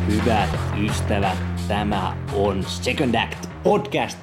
Hyvät ystävät, tämä on Second Act Podcast.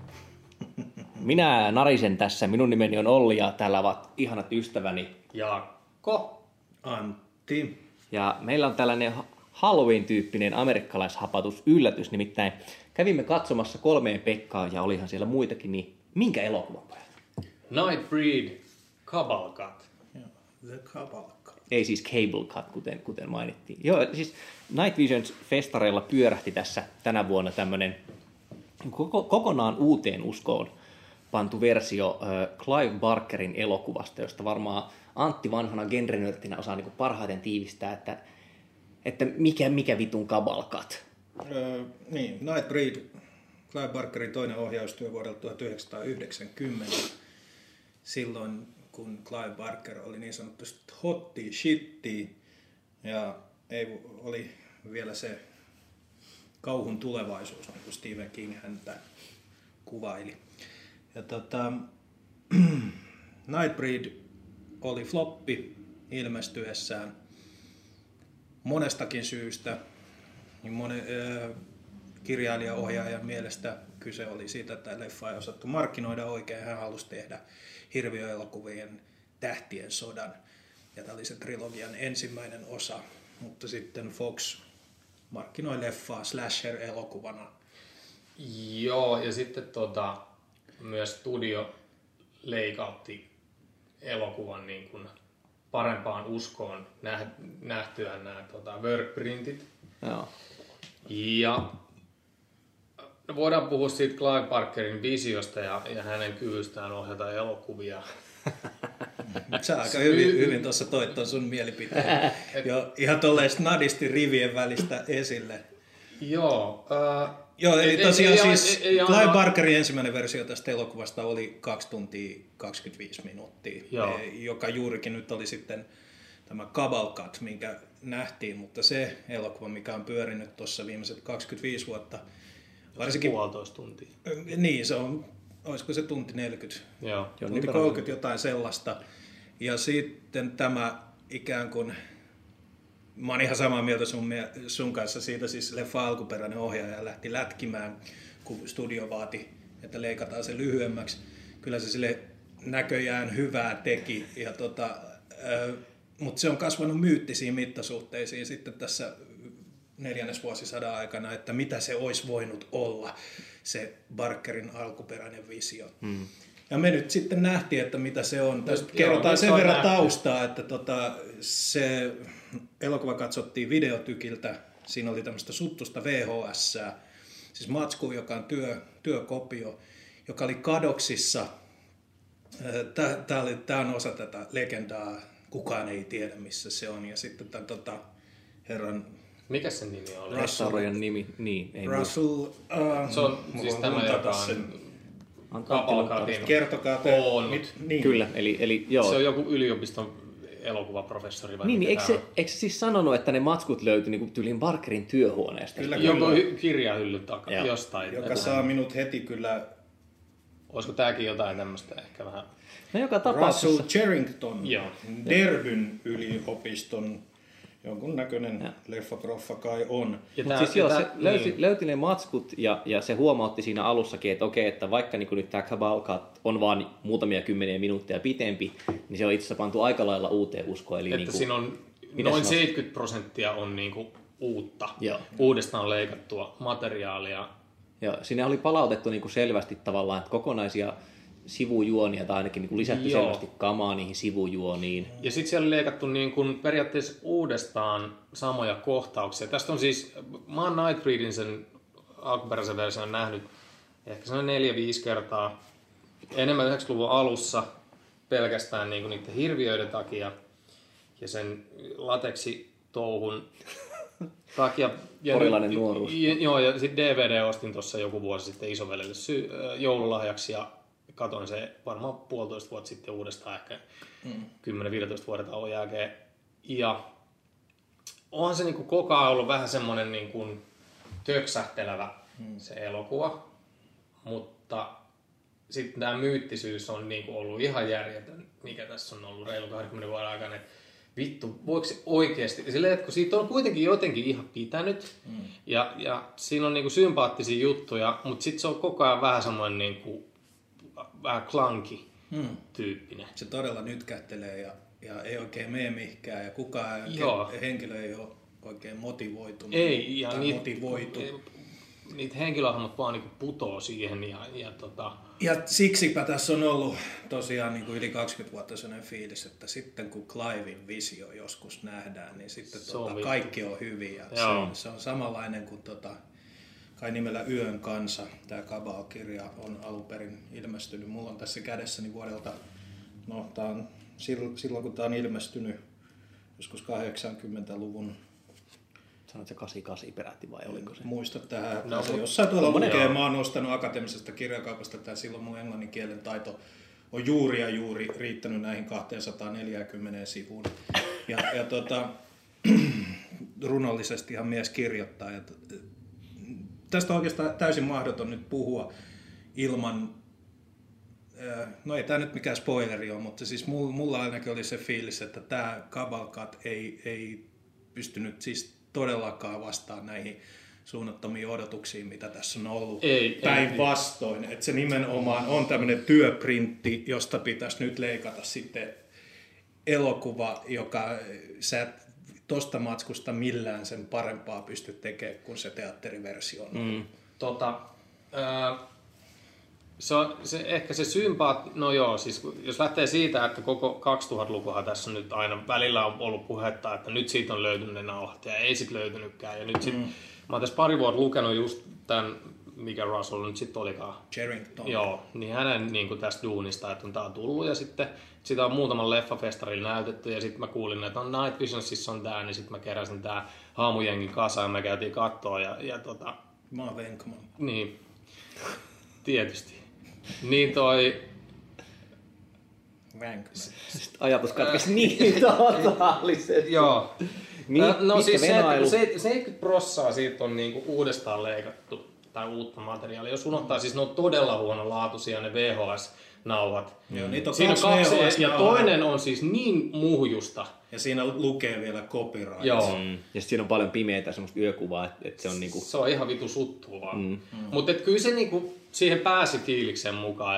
Minä narisen tässä, minun nimeni on Olli ja täällä ovat ihanat ystäväni Jaakko. Antti. Ja meillä on tällainen Halloween-tyyppinen amerikkalaishapatus yllätys, nimittäin kävimme katsomassa 3 Pekkaa ja olihan siellä muitakin, niin minkä elokuvan pojat? Nightbreed Cabalcat. The Cabalcat. Ei siis Cable Cut, kuten mainittiin. Joo, siis Night Visions-festareilla pyörähti tässä tänä vuonna tämmöinen kokonaan uuteen uskoon pantu versio Clive Barkerin elokuvasta, josta varmaan Antti vanhana genrenörttinä osaa niin kuin parhaiten tiivistää, että mikä vitun Cabalcat. Niin, Nightbreed, Clive Barkerin toinen ohjaustyö vuodelta 1990. Silloin, kun Clive Barker oli niin sanotusti hotti shitti ja oli vielä se kauhun tulevaisuus, niin kuin Stephen King häntä kuvaili. Ja Nightbreed oli floppi ilmestyessään monestakin syystä. Kirjailija-ohjaajan mielestä kyse oli siitä, että leffa ei osattu markkinoida oikein. Hän halusi tehdä hirviöelokuvien tähtien sodan. Ja tämä oli se trilogian ensimmäinen osa. Mutta sitten Fox markkinoi leffaa slasher-elokuvana. Joo, ja sitten myös studio leikautti elokuvan niin kuin parempaan uskoon nähtyään nämä workprintit. Joo. Ja voidaan puhua siitä Clive Barkerin visiosta ja hänen kyvystään ohjata elokuvia. Sä aika hyvin tuossa toit ton sun mielipiteen. Jo ihan tolleen snadisti rivien välistä esille. Joo. Joo, eli tosiaan siis Clive Barkerin ensimmäinen versio tästä elokuvasta oli 2 tuntia 25 minuuttia, joka juurikin nyt oli sitten tämä Cabalcat, minkä nähtiin, mutta se elokuva, mikä on pyörinyt tuossa viimeiset 25 vuotta, varsinkin 1,5 tuntia. Niin, se on, olisiko se tunti 40, Joo. tunti 30, jotain sellaista. Ja sitten tämä ikään kuin, mä oon ihan samaa mieltä sun kanssa siitä, siis leffa alkuperäinen ohjaaja lähti lätkimään, kun studio vaati, että leikataan se lyhyemmäksi. Kyllä se sille näköjään hyvää teki, ja mutta se on kasvanut myyttisiin mittasuhteisiin sitten tässä 4. vuosisadan aikana, että mitä se olisi voinut olla, se Barkerin alkuperäinen visio. Ja me nyt sitten nähtiin, että mitä se on. Tästä kerrotaan sen verran taustaa, että se elokuva katsottiin videotykiltä. Siinä oli tämmöistä suttusta VHS:ää, siis matsku, joka on työkopio, joka oli kadoksissa. Tämä on osa tätä legendaa, kukaan ei tiedä missä se on. Ja sitten tämän herran... Mikä sen nimi oli? Restauroijan nimi, niin. Ei Russell... se on siis tämä, joka on Cabalcatin. Kertokaa te. Niin. Kyllä, eli joo. Se on joku yliopiston elokuvaprofessori vai niin eikö se siis sanonut, että ne matskut löytyi niin tyylin Barkerin työhuoneesta? Kyllä. Joku kirjahyllyn takaa jostain. Joka saa minut heti kyllä... Olisiko tämäkin jotain tämmöistä ehkä vähän... No joka tapauksessa... Russell Cherrington, Derbyn yliopiston jonkun näköinen leffaproffa kai on. Se löyti ne matskut ja se huomautti siinä alussakin, että okei, että vaikka niin nyt tämä Cabalcat on vain muutamia kymmeniä minuuttia pitempi, niin se on itse asiassa pantu aika lailla uuteen uskoon. Eli että niin kuin, siinä on noin 70% on niin kuin uutta, uudestaan leikattua materiaalia. Ja siinä oli palautettu niin kuin selvästi tavallaan, että kokonaisia sivujuonia tai ainakin niin kuin lisätty selvästi kamaa niihin sivujuoniin. Ja sitten siellä oli leikattu niin kuin periaatteessa uudestaan samoja kohtauksia. Tästä on siis, mä oon Nightbreedin sen alkuperäisen version nähnyt ehkä se on 4-5 kertaa. Enemmän 90-luvun alussa pelkästään niin kuin niiden hirviöiden takia ja sen lateksitouhun takia. Porilainen nuoruus. Joo, ja sitten DVD ostin tuossa joku vuosi sitten isovelelle joululahjaksi ja katoin se varmaan 1,5 vuotta sitten uudestaan, ehkä 10-15 vuoden tauon jälkeen. Ja onhan se niinku koko ajan ollut vähän semmoinen niinku töksähtelevä se elokuva, mutta sitten tämä myyttisyys on niinku ollut ihan järjetön, mikä tässä on ollut reilu 20 vuoden aikana. vittu, voiko se oikeasti, silleen, että kun siitä on kuitenkin jotenkin ihan pitänyt, ja siinä on niinku sympaattisia juttuja, mutta sitten se on koko ajan vähän semmoinen niinku, vähän klanki tyyppinen. Se todella nytkähtelee ja ei oikein mene mihinkään, ja kukaan henkilö ei ole oikein motivoitunut. Ei, ja niitä henkilöhahmot vaan niinku putoo siihen, Ja siksipä tässä on ollut tosiaan niin kuin yli 20 vuotta sellainen fiilis, että sitten kun Cliven visio joskus nähdään, niin sitten kaikki on hyviä. Se on samanlainen kuin kai nimellä Yön kansa. Tämä Cabal-kirja on alun perin ilmestynyt. Mulla on tässä kädessäni vuodelta, tää on silloin kun tämä on ilmestynyt, joskus 80-luvun. Sanoit se 88 peräti vai oliko se? Muista tähän. Se jossain tuolla lukee. Mä oon ostanut akateemisesta kirjakaupasta, että silloin mun englannin kielen taito on juuri riittänyt näihin 240 sivuun. Ja runollisesti ihan mies kirjoittaa. Ja tästä on oikeastaan täysin mahdoton nyt puhua ilman, no ei tämä nyt mikään spoileri ole, mutta siis mulla ainakin oli se fiilis, että tämä Cabalcat ei pystynyt siis todellakaan vastaan näihin suunnattomiin odotuksiin, mitä tässä on ollut. Päinvastoin, että se nimenomaan on tämmöinen työprintti, josta pitäisi nyt leikata sitten elokuva, joka sä et tosta matskusta millään sen parempaa pysty tekemään kuin se teatteriversio on. Ehkä se no joo, siis jos lähtee siitä, että koko 2000-lukuhan tässä nyt aina välillä on ollut puhetta, että nyt siitä on löytynyt ne nauhat ja ei sit löytynytkään. Ja nyt sit, mä oon tässä pari vuotta lukenut just tämän, mikä Russell nyt sitten olikaan. Sherrington. Joo, niin hänen niin kuin tästä duunista, että on tää on tullut ja sitten sitä on muutaman leffafestarilla näytetty ja sitten mä kuulin, että Night Visionsissa on tää, niin sitten mä keräsin tää haamujengin kasaan ja me käytiin kattoo Mä oon Venkman. Niin, tietysti. Niin ajatus katkesi niin totaalisesti. Joo. No siis 70% siitä on niinku uudestaan leikattu tai uutta materiaalia. Jos unohtaa, siis ne on todella huonolaatuisia ne VHS-nauhat. Joo, niitä on siinä on kaksi VHS ja toinen on siis niin muhjusta. Ja siinä lukee vielä copyright. Joo. Ja siinä on paljon pimeitä semmoista yökuvaa, että se on niinku... Se on ihan vitu suttua vaan. Mutta kyllä se niinku siihen pääsi fiiliksen mukaan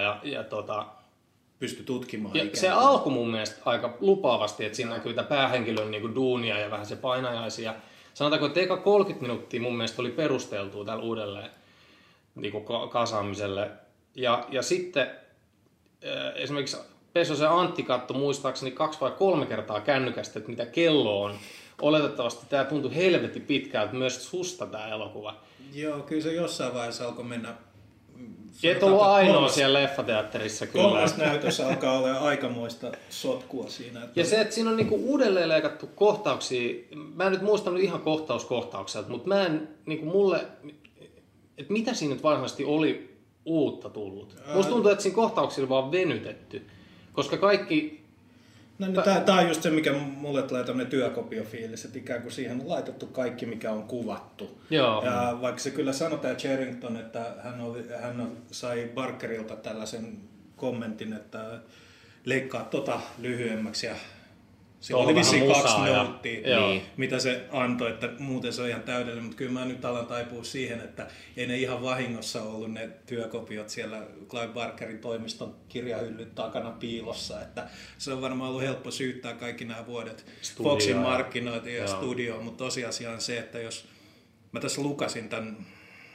pysty tutkimaan. Ja se alkoi mun mielestä aika lupaavasti, että siinä näkyy päähenkilön niinku duunia ja vähän se painajaisia. Sanotaanko, että eka 30 minuuttia mun mielestä oli perusteltua tällä uudelleen niinku kasaamiselle. Ja sitten esimerkiksi Pesosen Antti katsoi muistaakseni 2 vai 3 kertaa kännykästä, että mitä kello on. Oletettavasti tämä tuntui helvetin pitkältä myös susta tämä elokuva. Joo, kyllä se jossain vaiheessa alkoi mennä. Et ollut ainoa siellä leffateatterissa kyllä. Kolmas näytös alkaa olla aikamoista sotkua siinä. Ja se, että siinä on niinku uudelleen leikattu kohtauksia. Mä en nyt muistanut ihan kohtaukselta, mutta mä en niinku mulle, että mitä siinä nyt varsinaisesti oli uutta tullut. Musta tuntuu, että siinä kohtauksilla vaan venytetty. Koska kaikki... Tämä on just se, mikä mulle tulee tämmöinen työkopiofiilis, että ikään kuin siihen on laitettu kaikki, mikä on kuvattu. Joo. Ja vaikka se kyllä sanotaan Sherrington, että hän sai Barkerilta tällaisen kommentin, että leikkaa lyhyemmäksi ja sillä oli vissiin 2 noottia, mitä se antoi, että muuten se on ihan täydellinen, mutta kyllä mä nyt alan taipua siihen, että ei ne ihan vahingossa ollut ne työkopiot siellä Clive Barkerin toimiston kirjahyllyt takana piilossa, että se on varmaan ollut helppo syyttää kaikki nämä vuodet Foxin markkinoita ja studioon, mutta tosiasia on se, että jos mä tässä lukasin tämän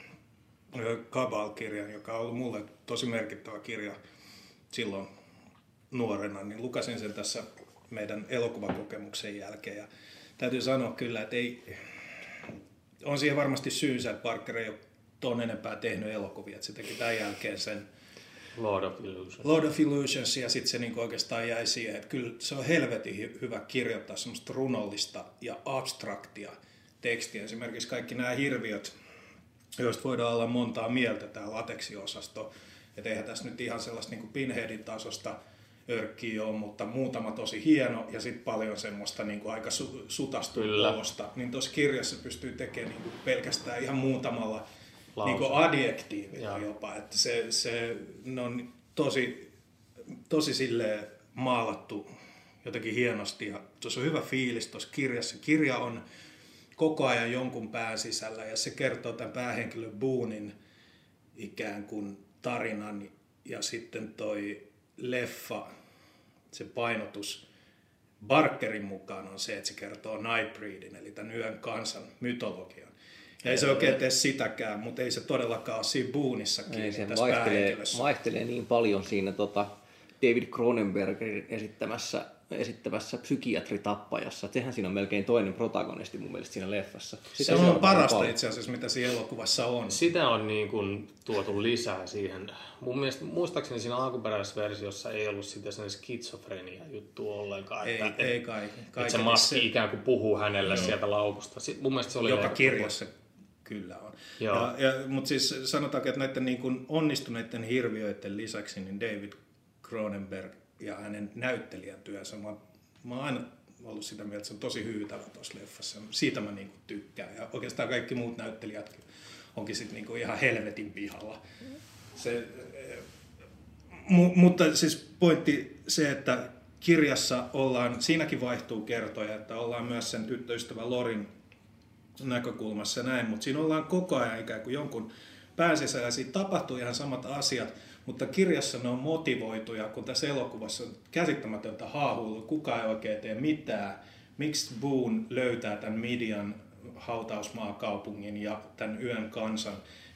Cabal-kirjan, joka on ollut mulle tosi merkittävä kirja silloin nuorena, niin lukasin sen tässä meidän elokuvakokemuksen jälkeen. Ja täytyy sanoa kyllä, että on siihen varmasti syynsä, että Barker ei ole ton enempää tehnyt elokuvia. Että se teki tämän jälkeen sen Lord of Illusions ja sitten se niinku oikeastaan jäi siihen, että kyllä se on helvetin hyvä kirjoittaa semmoista runollista ja abstraktia tekstiä. Esimerkiksi kaikki nämä hirviöt, joista voidaan olla montaa mieltä, tämä lateksiosasto. Että eihän tässä nyt ihan sellaista niinku Pinheadin tasosta örkkiä on, mutta muutama tosi hieno ja sitten paljon semmoista niin kuin aika sutastunut. Niin tuossa kirjassa pystyy tekemään niin kuin pelkästään ihan muutamalla niin kuin adjektiivilla jopa. Että se on tosi silleen maalattu jotenkin hienosti ja tuossa on hyvä fiilis tuossa kirjassa. Kirja on koko ajan jonkun pään sisällä ja se kertoo tämän päähenkilön Boonen ikään kuin tarinan ja sitten toi leffa, se painotus Barkerin mukaan on se, että se kertoo Nightbreedin eli tämän yön kansan mytologian. Ja ei se oikein tee sitäkään, mutta ei se todellakaan ole siinä Boonissa kiinni tässä päähenkilössä. Vaihtelee niin paljon siinä David Cronenbergin esittämässä psykiatritappajassa. Sehän siinä on melkein toinen protagonisti mun mielestä siinä leffassa. Se on parasta itse asiassa, mitä siinä elokuvassa on. Sitä on niin kuin tuotu lisää siihen. Mun mielestä, muistaakseni siinä alkuperäisessä versiossa ei ollut sitä sellainen skitsofrenia juttu ollenkaan. Ei kai. Että se maski ikään kuin puhuu hänelle sieltä laukusta. Mun mielestä se oli joka kirjassa kyllä on. Mutta siis sanotaanko, että näiden niin kuin onnistuneiden hirviöiden lisäksi niin David Cronenberg ja hänen näyttelijän työnsä. Mä oon aina ollut sitä mieltä, että se on tosi hyytävä tuossa leffassa. Siitä mä niinku tykkään. Ja oikeastaan kaikki muut näyttelijätkin onkin sitten niinku ihan helvetin pihalla. Mutta siis pointti se, että kirjassa ollaan, siinäkin vaihtuu kertoja, että ollaan myös sen tyttöystävä Lorin näkökulmassa ja näin, mutta siinä ollaan koko ajan ikään kuin jonkun pääsisällä ja siinä tapahtuu ihan samat asiat. Mutta kirjassa ne on motivoituja, kun tässä elokuvassa on käsittämätöntä haahuilua, kukaan ei oikein tee mitään. Miksi Boone löytää tämän Midian hautausmaakaupungin ja tämän yön kansan?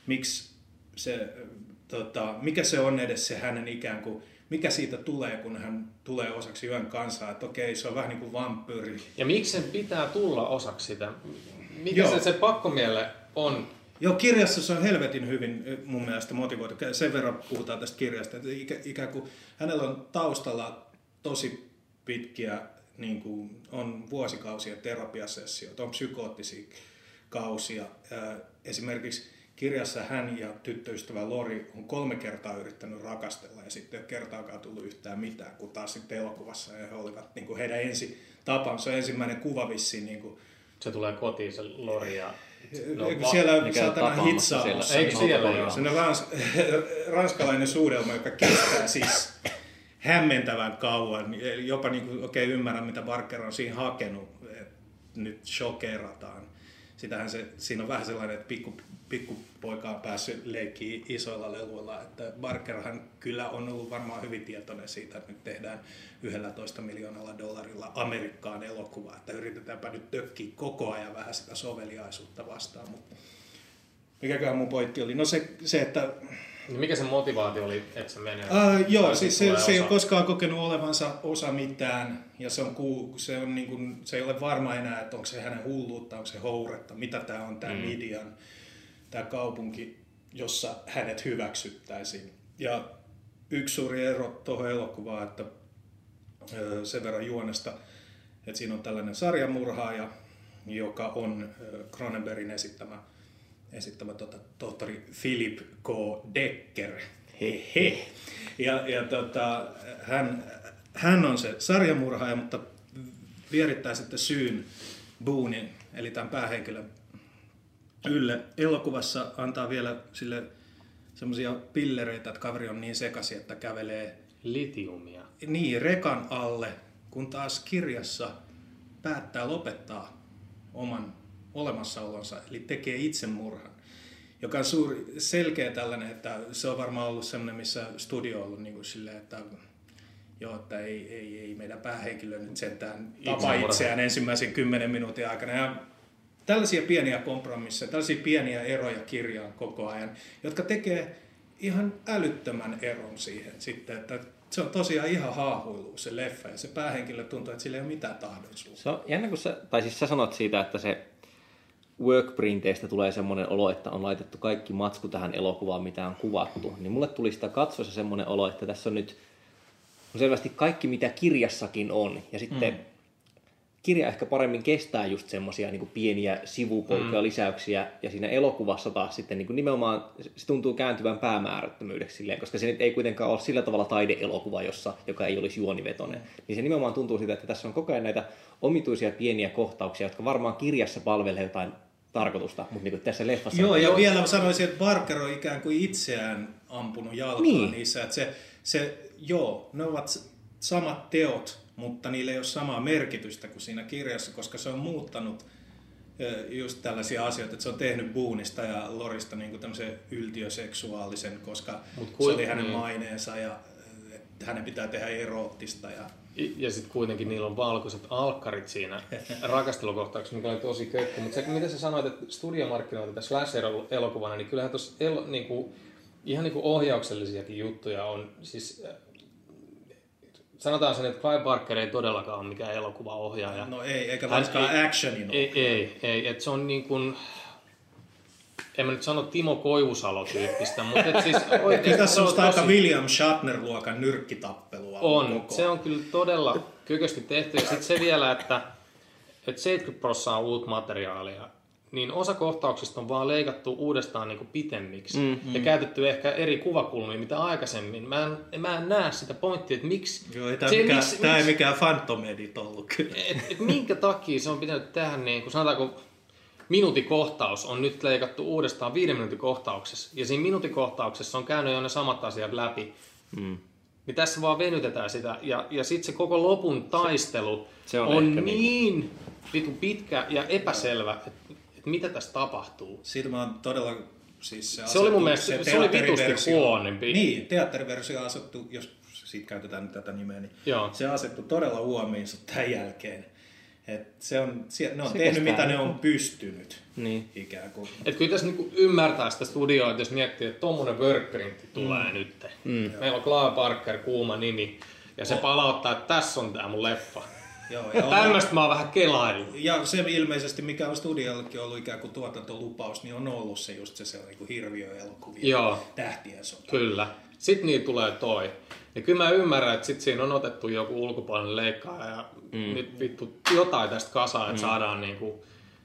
Mikä se on edes se hänen ikään kuin, mikä siitä tulee, kun hän tulee osaksi yön kansaa? Että okei, se on vähän niin kuin vampyyri. Ja miksi sen pitää tulla osaksi sitä? Mikä se pakkomielle on? Joo, kirjassa se on helvetin hyvin mun mielestä motivoitu. Sen verran puhutaan tästä kirjasta, että ikään kuin hänellä on taustalla tosi pitkiä, niin kuin on vuosikausia terapiasessioita, on psykoottisia kausia. Esimerkiksi kirjassa hän ja tyttöystävä Lori on 3 kertaa yrittänyt rakastella ja sitten ei ole kertaakaan tullut yhtään mitään, kun taas sitten elokuvassa ja he olivat niin kuin heidän tapansa, ensimmäinen kuva vissiin. Niin kuin, se tulee kotiin se Lori ja siellä saatana hitsaa. Eikö siellä ole? Se on ranskalainen suudelma, joka kestää siis hämmentävän kauan. Jopa niin oikein ymmärrän, mitä Barker on siinä hakenut. Nyt shokerataan. Siinä on vähän sellainen, että pikkupoika on päässyt leikkiin isoilla leluilla. Että Barkerhan kyllä on ollut varmaan hyvin tietoinen siitä, että nyt tehdään $11 miljoonalla Amerikkaan elokuvaa. Että yritetäänpä nyt tökkiä koko ajan vähän sitä soveliaisuutta vastaan. Mutta mikäköhän mun pointti oli? No se että... Mikä se motivaatio oli, että se menee? Joo, siis se ei ole koskaan kokenut olevansa osa mitään. Ja se ei ole varma enää, että onko se hänen hulluutta, onko se houretta, mitä tämä on, tämä Midian, tämä kaupunki, jossa hänet hyväksyttäisiin. Ja yksi suuri ero tuohon elokuvaan, että sen verran juonesta, että siinä on tällainen sarjamurhaaja, joka on Cronenbergin esittämä tohtori Philip K. Decker. Hehe. Ja hän on se sarjamurhaaja, mutta vierittää sitten syyn Boonen, eli tämän päähenkilön ylle. Elokuvassa antaa vielä sille semmoisia pillereitä, että kaveri on niin sekaisin, että kävelee litiumia. Niin, rekan alle, kun taas kirjassa päättää lopettaa oman olemassaolonsa, eli tekee itsemurhan, joka on selkeä tällainen, että se on varmaan ollut sellainen, missä studio on ollut niin kuin silleen, että joo, että ei meidän päähenkilö nyt sentään tapa itseään ensimmäisen 10 minuutin aikana. Ja tällaisia pieniä kompromisseja, tällaisia pieniä eroja kirjaan koko ajan, jotka tekee ihan älyttömän eron siihen sitten, että se on tosiaan ihan haahuilua se leffa ja se päähenkilö tuntuu, että sillä ei ole mitään tahdollisuutta. Se on jännä, kun sä sanot siitä, että se workprinteistä tulee semmoinen olo, että on laitettu kaikki matsku tähän elokuvaan, mitä on kuvattu. Niin mulle tuli sitä katsoessa semmoinen olo, että tässä on nyt selvästi kaikki, mitä kirjassakin on. Ja sitten kirja ehkä paremmin kestää just semmoisia niin kuin pieniä sivupoikkoja, lisäyksiä. Ja siinä elokuvassa taas sitten niin kuin nimenomaan se tuntuu kääntyvän päämäärättömyydeksi silleen, koska se nyt ei kuitenkaan ole sillä tavalla taideelokuva, joka ei olisi juonivetoinen. Niin se nimenomaan tuntuu siitä, että tässä on koko ajan näitä omituisia pieniä kohtauksia, jotka varmaan kirjassa palvelee jotain tarkoitusta, mutta niin tässä leffassa... Joo, ja vielä sanoisin, että Barker on ikään kuin itseään ampunut jalkaan niissä. Että ne ovat samat teot, mutta niillä ei ole samaa merkitystä kuin siinä kirjassa, koska se on muuttanut just tällaisia asioita, että se on tehnyt Boonesta ja Lorista niin kuin tämmöisen yltiöseksuaalisen, koska se oli hänen maineensa ja että hänen pitää tehdä eroottista. Ja sitten kuitenkin niillä on valkoiset alkkarit siinä rakastelukohtauksessa, mikä oli tosi kökkö. Mutta mitä sä sanoit, että studiomarkkinoita tässä slasher-elokuvana, niin kyllähän tuossa ihan niin kuin ohjauksellisiakin juttuja on. Siis, sanotaan sen, että Clive Barker ei todellakaan ole mikään elokuvaohjaaja. No ei, eikä varsinkaan actionin ole. Ei. Että se on niin kuin, en mä nyt sano Timo Koivusalo-tyyppistä, mutta siis oikeasti tässä on aika William Shatner-luokan nyrkkitappelua. On, se on kyllä todella kökösti tehty. Ja sitten se vielä, että 70% on uutta materiaalia, niin osa kohtauksista on vaan leikattu uudestaan niin kuin pitemmiksi ja käytetty ehkä eri kuvakulmia, mitä aikaisemmin. Mä en näe sitä pointtia, että miksi... Joo, tämä ei mikään Phantom Edit ollut kyllä. Minkä takia se on pitänyt tehdä, niin kuin sanotaanko, minuutikohtaus on nyt leikattu uudestaan 5 minuutin kohtauksessa, ja siinä minuutikohtauksessa on käynyt jo ne samat asiat läpi. Niin tässä vaan venytetään sitä, ja sitten se koko lopun taistelu se on niin pitkä ja epäselvä, että mitä tässä tapahtuu. Siitä mä oon todella... Siis se oli mun mielestä, se oli vitusti huonompi. Niin, teatteriversio asettu, jos siitä käytetään nyt tätä nimeä, niin se asettu todella huomiinsa tämän jälkeen. Ne on tehnyt mitä ne on pystynyt. Niin. Ikään kuin. Et kyllä tässä niinku ymmärtää sitä studioa, että jos miettii, että tommonen workprintti tulee nyt. Meillä on Clive Barker, kuuma nimi, ja se palauttaa, että tässä on tää mun leffa. Tämmöistä mä oon vähän kelaillut. Ja se ilmeisesti, mikä on studiollekin ollut ikään kuin tuotantolupaus, niin on ollut se just se niin kuin hirviöelokuvia, tähtien sota. Kyllä. Sitten niitä tulee toi. Ja kyllä mä ymmärrän, että sit siinä on otettu joku ulkopuolinen leikkaaja ja nyt vittu jotain tästä kasaan, että saadaan niinku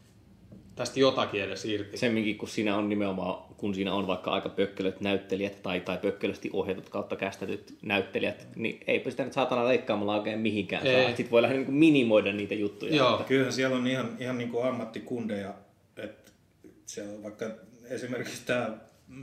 tästä jotakin edes irti. Semminkin, kun siinä on nimenomaan, kun siinä on vaikka aika pökkölöt näyttelijät tai pökkölösti ohjatut kautta kästetyt näyttelijät, niin eipä sitä nyt saatana leikkaamalla oikein mihinkään saa. Sitten voi lähteä niin kuin minimoida niitä juttuja. Joo. Kyllähän siellä on ihan niin kuin ammattikundeja, että siellä on vaikka esimerkiksi tämä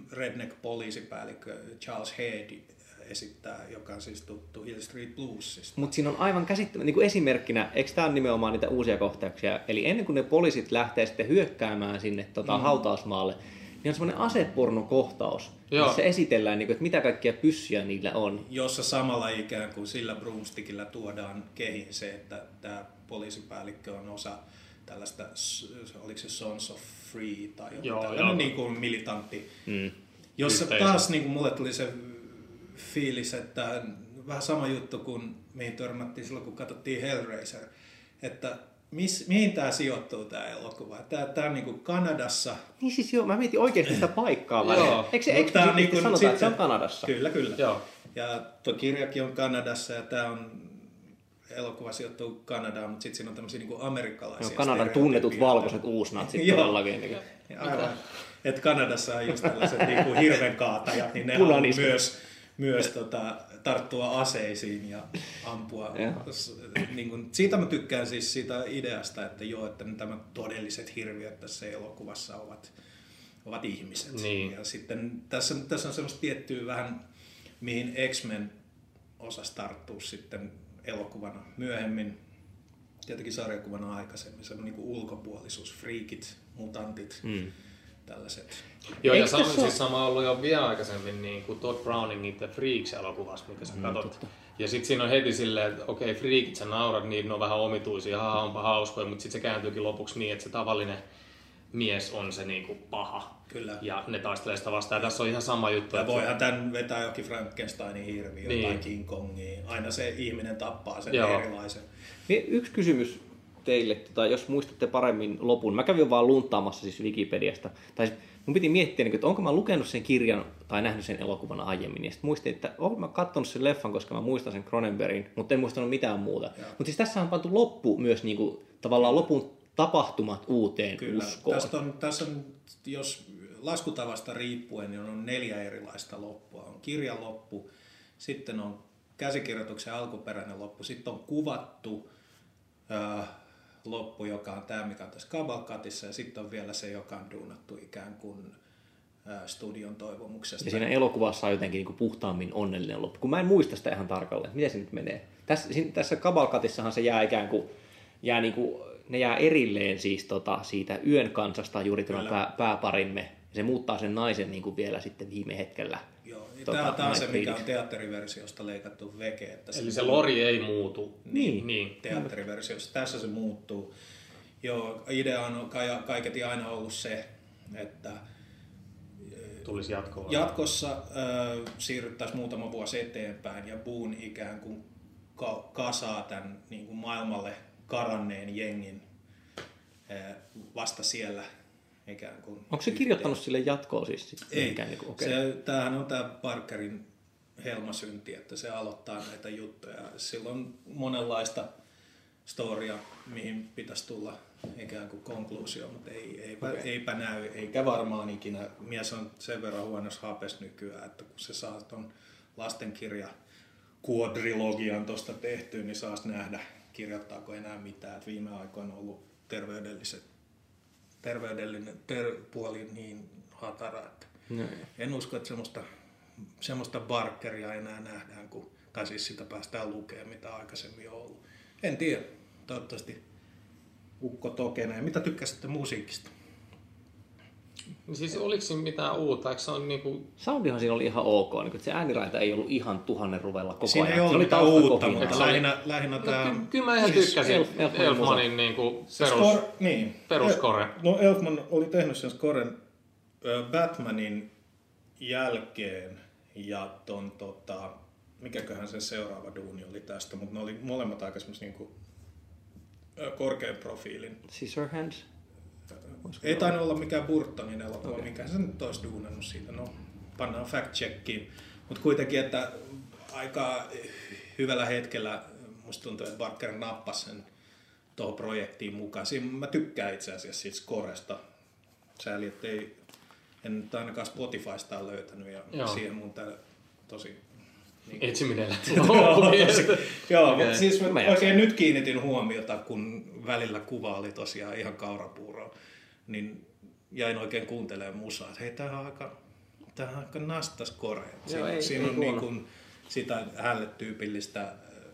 redneck-poliisipäällikkö Charles Head esittää, joka on siis tuttu Hill Street Bluesista. Mutta siinä on aivan käsittämättä, niin kuin esimerkkinä, eikö tämä ole nimenomaan niitä uusia kohtauksia, eli ennen kuin ne poliisit lähtee sitten hyökkäämään sinne hautausmaalle, niin on semmoinen asepornokohtaus, missä esitellään, että mitä kaikkia pyssyjä niillä on. Jossa samalla ikään kuin sillä broomstickillä tuodaan kehiin se, että tämä poliisipäällikkö on osa tällaista, oliko se Sons of Free tai joku tällainen niin kuin militantti, jossa taas niin kuin mulle tuli se fiilis, että vähän sama juttu kuin mihin törmättiin silloin, kun katsottiin Hellraiser, että mihin tämä sijoittuu tämä elokuva? Tämä on niin kuin Kanadassa. Niin siis joo, mä mietin oikeasti sitä paikkaa välillä. Eikö niin sanotaan, että se on Kanadassa? Kyllä. Joo. Ja tuo kirjakin on Kanadassa ja tämä on elokuva sijoittuu Kanadaan, mutta sitten siinä on tämmöisiä niin kuin amerikkalaisia. Kanadan tunnetut valkoiset uusnatsit todellakin. Aivan. Että Kanadassa on just tällaiset niin kuin hirvenkaatajat, niin ne haluaa myös tarttua aseisiin ja ampua. Niin kuin, siitä mä tykkään siis siitä ideasta, että että nämä todelliset hirviöt tässä elokuvassa ovat ihmiset. Niin. Ja sitten tässä on semmoista tiettyä vähän, mihin X-Men osasi tarttua sitten elokuvana myöhemmin, tietenkin sarjakuvana aikaisemmin, semmoinen niin kuin ulkopuolisuus, freakit, mutantit, tällaiset. Joo, ja siis sama ollut jo vielä aikaisemmin niin kuin Todd Browningin The Freaks-elokuvassa, mikä sä katsot. Ja sitten siinä on heti silleen, että okei, freakit sä naurat, niin ne on vähän omituisia, onpa hauskoja, mutta sitten se kääntyykin lopuksi niin, että se tavallinen mies on se niin kuin paha. Kyllä. Ja ne taistelee sitä vastaan. Ja tässä on ihan sama juttu. Ja voihan tämän vetää jokin Frankensteinin hirviö tai King Kongiin. Aina se ihminen tappaa sen erilaisen. Yksi kysymys teille, jos muistatte paremmin lopun. Mä kävin vaan luntaamassa siis Wikipediasta. Tai mun piti miettiä, että onko mä lukenut sen kirjan tai nähnyt sen elokuvan aiemmin. Ja sitten muistin, että olen mä katsonut sen leffan, koska mä muistan sen Cronenbergin, mutta en muistanut mitään muuta. Mutta siis tässä on pantu loppu myös niinku, tavallaan lopun tapahtumat uuteen uskoon. Tässä on, jos laskutavasta riippuen, niin on 4 erilaista loppua. On kirjan loppu, sitten on käsikirjoituksen alkuperäinen loppu, sitten on kuvattu loppu, joka on tämä, mikä on tässä Cavalcatissa, ja sitten on vielä se, joka on duunattu ikään kuin studion toivomuksesta. Ja siinä elokuvassa on jotenkin niin kuin puhtaammin onnellinen loppu, kun mä en muista sitä ihan tarkalleen. Miten se nyt menee? Tässä Cavalcatissahan se jää ikään kuin, ne jää erilleen siis siitä yön kansasta juuri tämä pääparimme. Ja se muuttaa sen naisen niin kuin vielä sitten viime hetkellä. Joo, tämä on se, mikä on teatteriversiosta leikattu veke. Että eli se lori ei muutu. Niin. Teatteriversiossa. Tässä se muuttuu. Joo, idea on kaiketi aina ollut se, että tulisi jatkoa. Jatkossa siirryttäisiin muutama vuosi eteenpäin ja Boone ikään kuin kasaa tämän niin kuin maailmalle karanneen jengin vasta siellä ikään kuin. Onko se kirjoittanut sille jatkoa siis? Ei. Niin kuin, okay. Tämähän on tämä Parkerin helmasynti, että se aloittaa näitä juttuja. Sillä on monenlaista storia, mihin pitäisi tulla ikään kuin konkluusio, mutta eipä näy, eikä varmaan ikinä. Mies on sen verran huonossa hapes nykyään, että kun se saa tuon lastenkirja quadrilogian tuosta tehtyä, niin saas nähdä, kirjoittaako enää mitään. Et viime aikoina on ollut terveydellinen puoli niin hatara, että en usko, että semmoista Barkeria enää nähdään, tai siis sitä päästään lukemaan, mitä aikaisemmin on ollut. En tiedä, toivottavasti ukko tokenee. Mitä tykkäsitte musiikista? Siis oliko siinä mitään uutta? Eikö se on niinku... Soundihan siinä oli ihan ok, niin että se ääniraita ei ollut ihan 1000 ruvella koko siinä ajan. Siinä ei ollut mitään uutta, mutta lähinnä tämä... Kyllä mä ihan tykkäsin Elfmanin niinku peruskore. No Elfman oli tehnyt sen scoren Batmanin jälkeen ja ton mikäköhän sen seuraava duuni oli tästä, mutta ne oli molemmat aika semmoista niinku korkean profiilin. Scissorhands? Ei tainnut olla mikään Burtonin elokuva, okay. Mikä se nyt olisi duunannut siitä. No, pannaan fact-checkiin. Mutta kuitenkin, että aika hyvällä hetkellä musta tuntuu, että Barker nappasi sen tuohon projektiin mukaan. Siinä mä tykkään itse asiassa siitä scoresta. Sääli, että en nyt ainakaan Spotifysta löytänyt ja siihen mun tosi... Niin etsiminen lähti. Joo, mutta siis mä oikein nyt kiinnitin huomiota, kun välillä kuva oli tosiaan ihan kaurapuuroa, niin jäin oikein kuuntelemaan musaa, että hei, tää on aika nastas kore. Siinä on niin kuin sitä hälle tyypillistä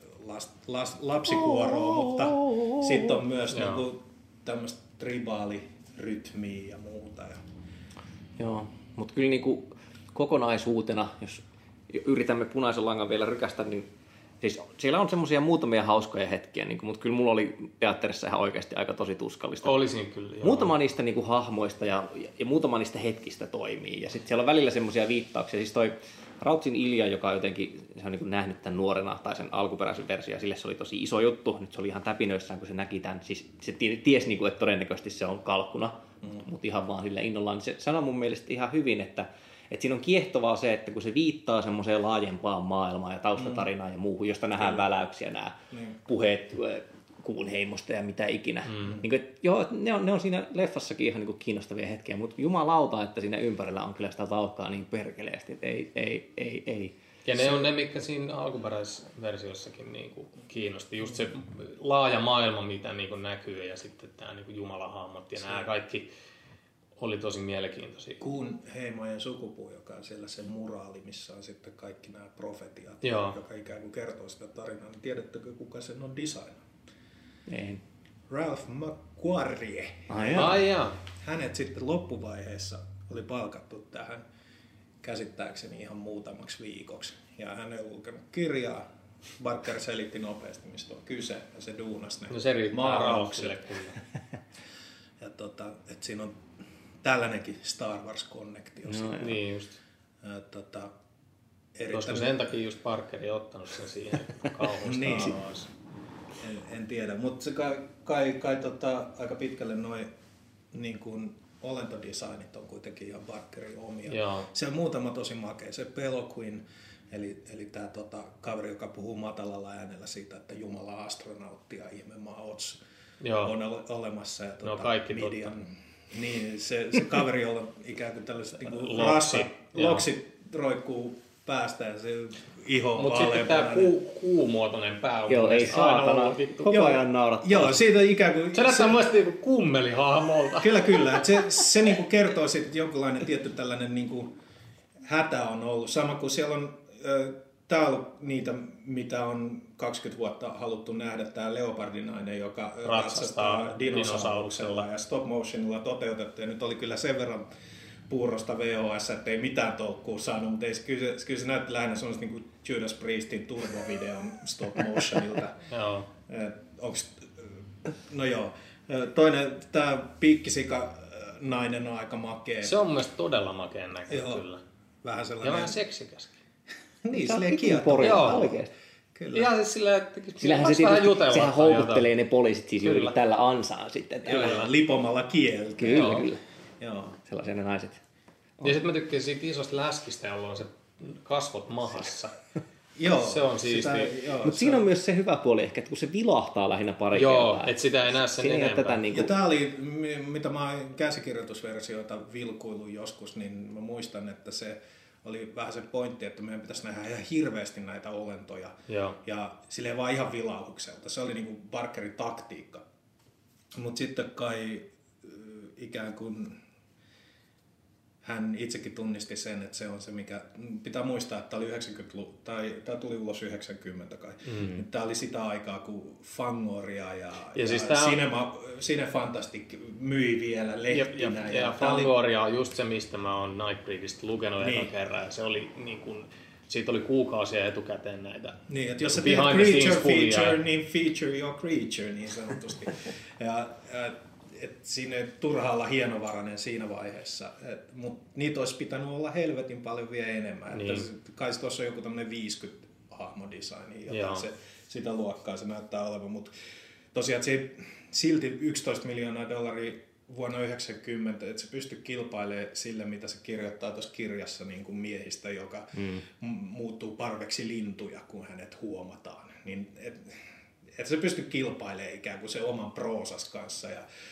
lapsikuoroa, mutta sitten on myös niin kuin tämmöistä tribaalirytmiä ja muuta. Joo, mutta kyllä niin kuin kokonaisuutena, jos yritämme punaisen langan vielä rykästä, niin siis siellä on semmoisia muutamia hauskoja hetkiä, niin kuin, mutta kyllä mulla oli teatterissa ihan oikeasti aika tosi tuskallista. Olisin kyllä, joo. Muutama niistä niin kuin hahmoista ja muutama niistä hetkistä toimii. Ja sitten siellä on välillä semmoisia viittauksia. Siis toi Rautsin Ilja, joka jotenkin, se on niin kuin nähnyt tämän nuorena, tai sen alkuperäisen version, sille se oli tosi iso juttu. Nyt se oli ihan täpinöissään, kun se näki tämän. Siis se tiesi, niin kuin, että todennäköisesti se on kalkkuna, mutta ihan vaan sillä innolla. Niin se sanoi mun mielestä ihan hyvin, että siinä on kiehtovaa se, että kun se viittaa semmoiseen laajempaan maailmaan ja taustatarinaan ja muuhun, josta nähdään väläyksiä, nämä puheet Kuunheimosta ja mitä ikinä. Niin kuin, joo, ne on siinä leffassakin ihan niin kiinnostavia hetkiä, mutta jumalauta, että siinä ympärillä on kyllä sitä taukkaa niin perkeleesti, että ei. Ja ne on ne, mitkä siinä alkuperäisversiossakin niin kuin kiinnosti. Just se laaja maailma, mitä niin kuin näkyy, ja sitten tämä niin kuin jumalahahmot ja nämä kaikki oli tosi mielenkiintoisia. Kuunheimojen sukupuu, joka on siellä se muraali, missä on sitten kaikki nämä profetiat, joka ikään kuin kertoo sitä tarinaa. Niin tiedättekö, kuka sen on designannut? Ei. Ralph McQuarrie. Ai jaa. Hänet sitten loppuvaiheessa oli palkattu tähän käsittääkseni ihan muutamaksi viikoksi. Ja hän ei lukenut kirjaa. Barker selitti nopeasti, mistä on kyse, ja se duunasi ne. No se riittää Ralphille kyllä. Ja että siinä on tällainenkin Star Wars-konnektio. No, niin just. Koska sen takia just Parkeri on ottanut sen siihen kauhuun niin. Star Wars. En tiedä, mutta se kai aika pitkälle noin niin kuin olentodesignit on kuitenkin ihan Barkerin omia. Joo. Se on muutama tosi makea. Se Peloquin, eli tämä kaveri, joka puhuu matalalla äänellä siitä, että Jumala astronautti ja ihmemaa Ots on olemassa. Ja no kaikki Midian, totta. Niin, se kaveri, jolla ikään kuin tällaiset niin loksit roikkuu päästä ja se iho mutta sitten tämä kuumuotoinen pää on joo, ei saatana. Koko ajan naurattaa. Joo, siitä ikään kuin... Se näyttää muista niinku kummelihahmolta. Kyllä. Se niinku kertoo siitä, että jonkinlainen tietty tällainen niinku hätä on ollut. Sama kuin siellä on... Tämä on ollut niitä, mitä on 20 vuotta haluttu nähdä, tämä leopardinainen, joka ratsastaa dinosauruksella ja stop motionilla toteutettu. Ja nyt oli kyllä sen verran puurosta VHS, ettei mitään tolkkua saanut, mutta ei, kyllä se näytti lähinnä sellaista niin kuin Judas Priestin turbovideon stop motionilta. Joo. No joo. Toinen, tämä piikkisika nainen on aika makea. Se on mun mielestä todella makeen näköinen kyllä. Vähän sellainen... Ja vähän seksikäskin. Niin, silleen kiehtovaa. Joo, oikeesti. Kyllä. Ihan siis silleen, että sehän houkuttelee ne poliisit siis juuri tällä ansaan sitten. Kyllä, lipomalla kieltä. Kyllä. Joo. Sellaisia ne naiset. Ja sitten mä tykkään siitä isosta läskistä, jolla on se kasvot mahassa. Joo. Se on siistiä. Mutta siinä on myös se hyvä puoli ehkä, että kun se vilahtaa lähinnä pari kertaa. Joo, että sitä ei näe sen enempää. Niin ja tää oli, mitä mä oon käsikirjoitusversioita vilkuillut joskus, niin mä muistan, että se oli vähän se pointti, että meidän pitäisi nähdä ihan hirveästi näitä olentoja. Joo. Ja silleen vaan ihan vilaukselta. Se oli niinku Barkerin taktiikka. Mutta sitten kai ikään kuin hän itsekin tunnisti sen, että se on se, mikä pitää muistaa, että tämä oli 90-luku, tai tämä tuli ulos 90 kai. Tämä oli sitä aikaa, kun Fangoria ja siis Cine Fantastic myi vielä lehtinä. Ja Fangoria on just se, mistä mä oon Nightbreedistä lukenut ekan kerran. Se oli niin kuin, siitä oli kuukausia etukäteen näitä. Niin, että jos sä teet creature feature, niin feature your creature niin sanotusti. Siinä ei turha olla hienovarainen siinä vaiheessa, mutta niitä olisi pitänyt olla helvetin paljon vielä enemmän. Niin. Että kai tuossa on joku tämmöinen 50 hahmodesigni, joten sitä luokkaa se näyttää olevan. Mutta tosiaan se silti $11 miljoonaa vuonna 1990, että se pystyy kilpailemaan sille, mitä se kirjoittaa tuossa kirjassa niin kuin miehistä, joka muuttuu parveksi lintuja, kun hänet huomataan. Niin, että se pystyy kilpailemaan ikään kuin se oman proosas kanssa.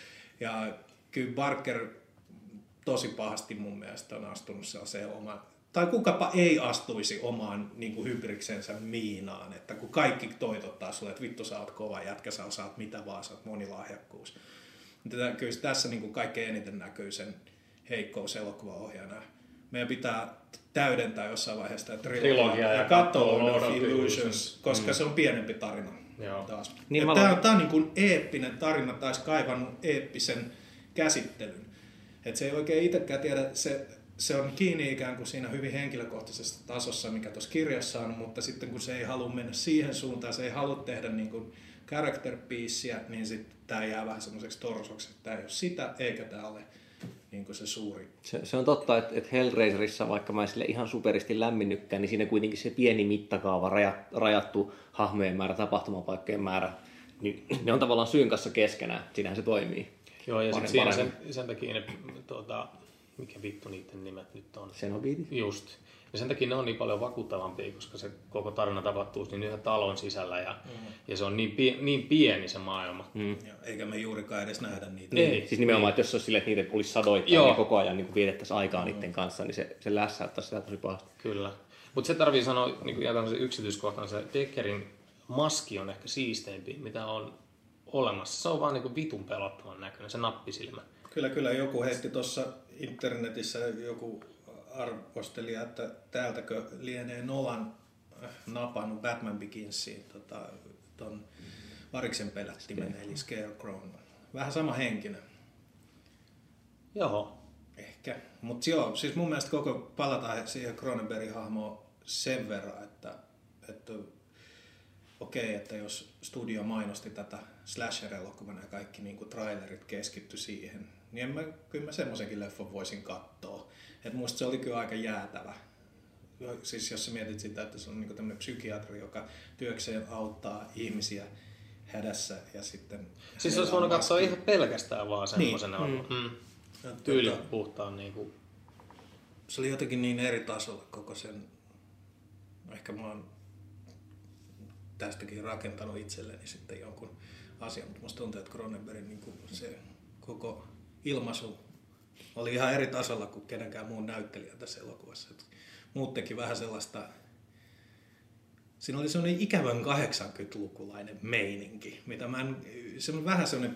Ja kyllä Barker tosi pahasti mun mielestä on astunut sellaiseen omaan, tai kukapa ei astuisi omaan niin kuin hybriksensä miinaan, että kun kaikki toitottaa sulle, että vittu sä oot kova jätkä, sä osaat mitä vaan, sä oot monilahjakkuus. Kyllä tässä niin kuin kaikkein eniten näkyy sen heikkous elokuvaohjaajana. Meidän pitää täydentää jossain vaiheessa trilogia ja katsoa Lord of Illusions, koska se on pienempi tarina. Taas. Niin tämä on niin kuin eeppinen tarina, tai kaivannut eeppisen käsittelyn. Et se ei oikein itsekään tiedä, se on kiinni ikään kuin siinä hyvin henkilökohtaisessa tasossa, mikä tuossa kirjassa on, mutta sitten kun se ei halua mennä siihen suuntaan, se ei halua tehdä niin kuin character pieceä, niin sitten tämä jää vähän semmoiseksi torsoksi, että tämä ei ole sitä, eikä tämä ole niin kuin se suuri. Se on totta, että Hellraiserissa, vaikka mä sille ihan superisti lämminnykään, niin siinä kuitenkin se pieni mittakaava, rajattu hahmojen määrä, tapahtumapaikkojen määrä, niin ne on tavallaan synkassa keskenään. Siinähän se toimii. Joo, ja siinä sen takia ne, mikä vittu niiden nimet nyt on? Cenobitit? Just. Ja sen takia ne on niin paljon vakuuttavampia, koska se koko tarina tapahtuu niin yhden talon sisällä ja se on niin pieni se maailma. Eikä me juurikaan edes nähdä niitä. Ei. Siis nimenomaan, että jos se olisi silleen, että niitä olisi sadoittain niin koko ajan niin vietettäisiin aikaa niiden kanssa, niin se lässäyttäisi sitä tosi pahasti. Kyllä. Mutta se tarvii sanoa, niin ja tämmöisen yksityiskohtaan, se Deckerin maski on ehkä siisteimpi, mitä on olemassa. Se on vaan niin vitun pelottavan näköinen, se nappisilmä. Kyllä. Joku heitti tuossa internetissä joku arvostelija, että täältäkö lienee Nolan napannut Batman Beginsiin ton variksen pelättimen, eli Scarecrow. Vähän sama henkinen. Joo. Ehkä. Mutta joo, siis mun mielestä koko palataan siihen Cronenbergin hahmoon sen verran, että okei, että jos studio mainosti tätä slasher-elokuvana ja kaikki niin kuin trailerit keskitty siihen, niin kyllä mä semmoisenkin leffon voisin katsoa. Että musta se oli kyllä aika jäätävä. Siis jos sä mietit sitä, että se on niinku tämmöinen psykiatri, joka työkseen auttaa ihmisiä hädässä ja sitten... Siis olisi voinut katsoa ihan pelkästään vaan semmoisena. Tyyli puhtaan niinku... Se oli jotenkin niin eri tasolla koko sen... Ehkä mä oon tästäkin rakentanut itselleni sitten jonkun asian, mutta musta tuntuu, että Cronenbergin niinku se koko ilmaisu oli ihan eri tasolla kuin kenenkään muun näyttelijä tässä elokuvassa. muut teki vähän sellaista, siinä oli sellainen ikävän 80-lukulainen meininki, mitä se on vähän sellainen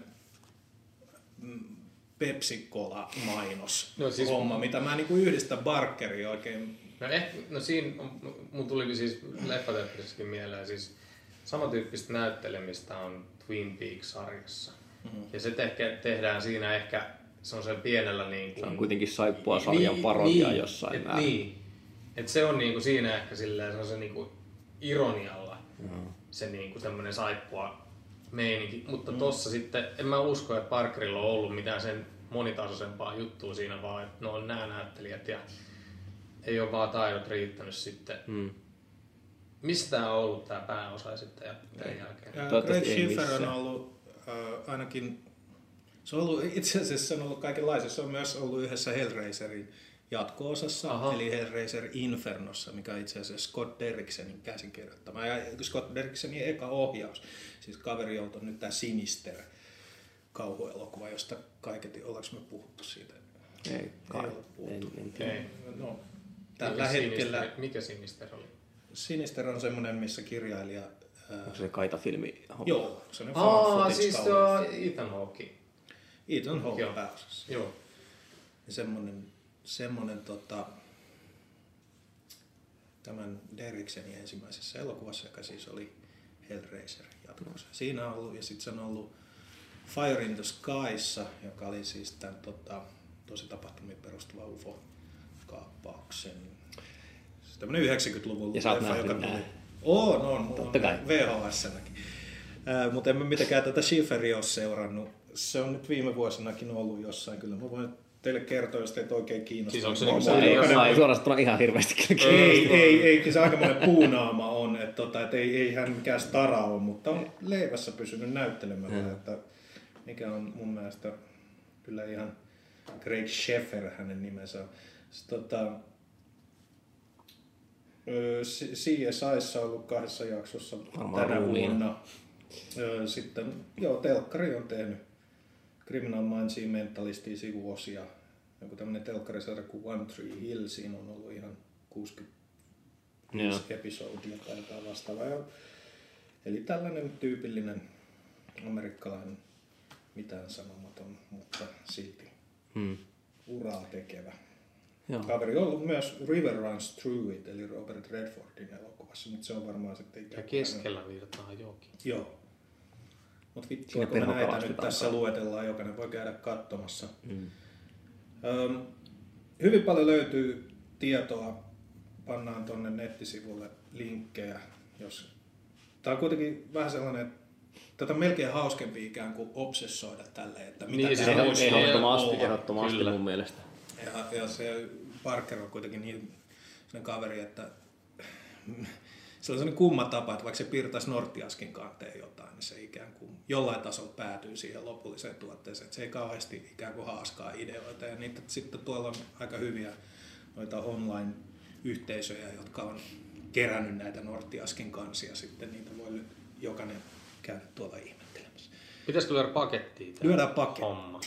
Pepsi-Cola-mainos homma, mitä mä niinku yhdistän Barkeriin oikein. No siinä mun tuli siis leffateatterissakin mieleen, siis samantyyppistä näyttelemistä on Twin Peaks-sarjassa. Ja se tehdään siinä ehkä semmoisen pienellä niinku... Se on kuitenkin saippua-sarjan parodia jossain määrin. Niin. Et se on niinku siinä ehkä silleen semmoisen niinku ironialla se niinku semmoinen saippua meininki. Mutta tossa sitten en mä usko, että Parkerilla on ollut mitään sen monitasoisempaa juttua siinä, vaan että ne on nämä näyttelijät ja ei ole vaan taidot riittänyt sitten. Missä tää on ollut tää pääosaesittäjä tämän jälkeen? Craig Schiffer on ollut ainakin, se on ollut itse asiassa se on ollut kaikenlaisessa. Se on myös ollut yhdessä Hellraiserin jatko-osassa, eli Hellraiser Infernossa, mikä on itse asiassa Scott Derricksonin käsikirjoittama. Ja Scott Derricksonin eka ohjaus. Siis kaveri on nyt tää Sinister kauhuelokuva, josta kaiketi, ollaanko me puhuttu siitä? Ei ole puhuttu. No, tällä hetkellä... Mikä Sinister oli? Sinister on semmoinen, missä kirjailija... Onko se Kaita-filmi? Joo, se on fan siis Ethan Hawke. Ethan Hawke pääosassa. Joo. Ja semmoinen tämän Derricksonin ensimmäisessä elokuvassa, joka siis oli Hellraiser jatkossa. Siinä on ollut, ja sitten se on ollut Fire in the Skyssa, joka oli siis tämän tosi tapahtumiin perustuva UFO-kaappauksen. Siis tämmöinen 90-luvun leffa, joka tuli. On VHS-näkin. Mutta en mä mitenkään tätä Schifferia ole seurannut. Se on nyt viime vuosinakin ollut jossain. Kyllä mä voin teille kertoa, jos teitä oikein kiinnostaa. Siis onko se ei suorastaan ihan hirveästi. Ei, se aikamoinen puunaama on. Että ei hän mikään stara ole, mutta on leivässä pysynyt näyttelemällä. Että mikä on mun mielestä kyllä ihan Craig Schiffer hänen nimensä on. CSI:ssa on ollut 2 jaksossa tänä vuonna. Sitten telkkari on tehnyt Criminal Mindsia, Mentalistia, sivuosia. Joku tämmönen telkkarisarja kuin One Tree Hill, siinä on ollut ihan 60 episodia tai jotain vastaavaa. Eli tällainen tyypillinen amerikkalainen, mitään sanomaton, mutta silti uraa tekevä. Kaveri on ollut myös River Runs Through It, eli Robert Redfordin elokuvassa, mutta se on varmaan sitten ikään kuin... Ja keskellä virtaa jokin. Joo. Mutta vittua, kun näitä nyt tässä luetellaan, jokainen voi käydä katsomassa. Hyvin paljon löytyy tietoa, pannaan tonne nettisivulle linkkejä. Tämä on kuitenkin vähän sellainen, että tätä on melkein hauskempi ikään kuin obsessoida tälleen, että mitä niin, tämä voisi ehdottomasti mun mielestä. Ja se Parker on kuitenkin niin kaveri, että se on sellainen kumma tapa, että vaikka se piirtäisi Nortiaskin kanteen jotain, niin se ikään kuin jollain tasolla päätyy siihen lopulliseen tuotteeseen. Että se ei kauheasti ikään kuin haaskaa ideoita. Ja niitä sitten tuolla on aika hyviä noita online-yhteisöjä, jotka on kerännyt näitä Nortiaskin kansia. Sitten niitä voi jokainen käydä tuolla ihmettelemässä. Pitäisikö lyödä pakettiin? Lyödään pakettiin. Homma.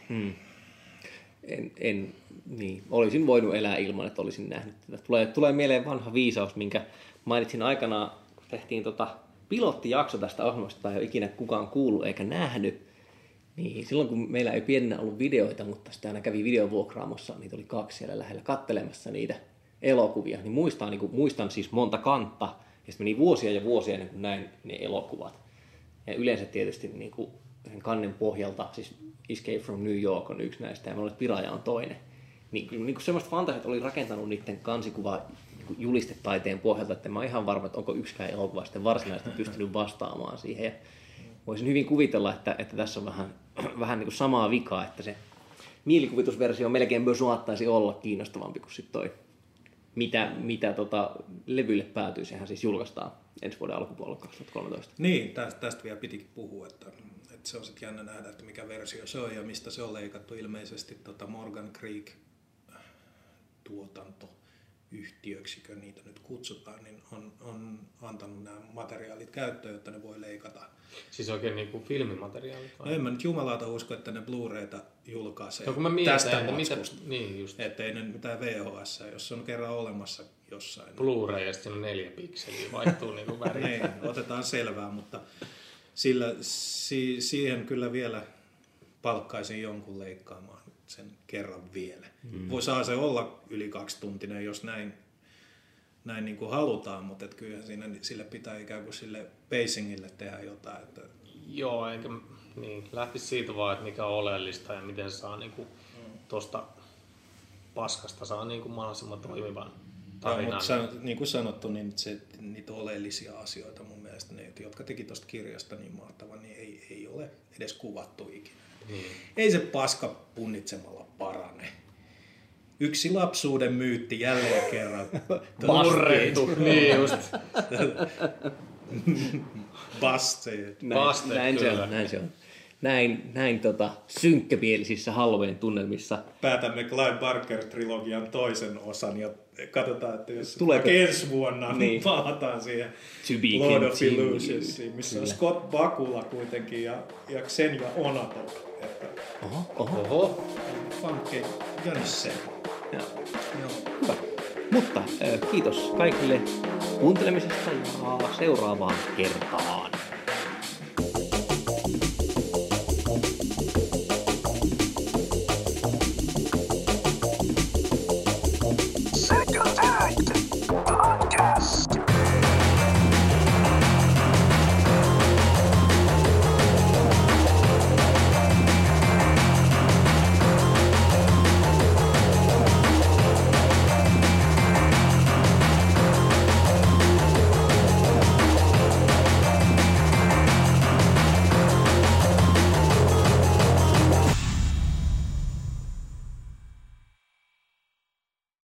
Niin, olisin voinut elää ilman, että olisin nähnyt tätä. Tulee mieleen vanha viisaus, minkä mainitsin aikanaan, kun tehtiin pilottijakso tästä ohjelmasta, jota ei ole ikinä kukaan kuullut eikä nähnyt. Niin silloin kun meillä ei pienenä ollut videoita, mutta sitten aina kävi videovuokraamossa, niitä oli 2 siellä lähellä kattelemassa niitä elokuvia, niin muistan siis monta kantta, ja sitten meni vuosia ja vuosia ennen kuin näin ne elokuvat. Ja yleensä tietysti niin kuin sen kannen pohjalta, siis Escape from New York on yksi näistä, ja Piraja on toinen. Niin kuin semmoista fantasiat oli rakentanut niiden kansikuva julistetaiteen pohjalta, että mä oon ihan varma, että onko yksikään elokuva sitten varsinaisesti pystynyt vastaamaan siihen. Ja voisin hyvin kuvitella, että tässä on vähän niin kuin samaa vikaa, että se mielikuvitusversio melkein myös saattaisi olla kiinnostavampi kuin sitten toi, mitä levylle päätyy. Sehän siis julkaistaan ensi vuoden alkupuolella 2013. Niin, tästä vielä pitikin puhua, että se on sitten jännä nähdä, että mikä versio se on ja mistä se on leikattu. Ilmeisesti Morgan Creek tuotantoyhtiöksi, niitä nyt kutsutaan, niin on antanut nämä materiaalit käyttöön, jotta ne voi leikata. Siis oikein niin kuin filmimateriaalit? No en mä nyt jumalauta usko, että ne Blu-rayta julkaisee no, kun mä mietin, tästä matskusta. niin just. Että ei ne mitään VHS, jos on kerran olemassa jossain. Blu-ray ja sitten 4 pikseliä vaihtuu niinku väriin. Niin, otetaan selvää, mutta siihen kyllä vielä palkkaisin jonkun leikkaamaan sen kerran vielä. Saa se olla yli 2-tuntinen, jos näin niin kuin halutaan, mutta kyllähän sille pitää ikään kuin sille pacingille tehdä jotain. Että... Joo, enkä niin, lähtisi siitä vaan, että mikä on oleellista ja miten se saa niinku tuosta paskasta saa niinku mahdollisimman toimivan tarinan. Mutta niin kuin sanottu, niin niitä oleellisia asioita mun mielestä, ne, jotka teki tuosta kirjasta niin mahtavan, niin ei ole edes kuvattu ikinä. Ei se paska punnitsemalla parane. Yksi lapsuuden myytti jälleen kerran. Murrettu, niin just. Busted. Näin se on. Näin synkkäpielisissä Halloween-tunnelmissa. Päätämme Clive Barker-trilogian toisen osan ja katsotaan, että jos tuleeko ensi vuonna palataan siihen Lord of Illusionsiin, missä on Scott Bakula kuitenkin ja Xenia Onatop. Oho. Funky Jönsson. Joo. Hyvä. Mutta kiitos kaikille kuuntelemisesta ja seuraavaan kertaan.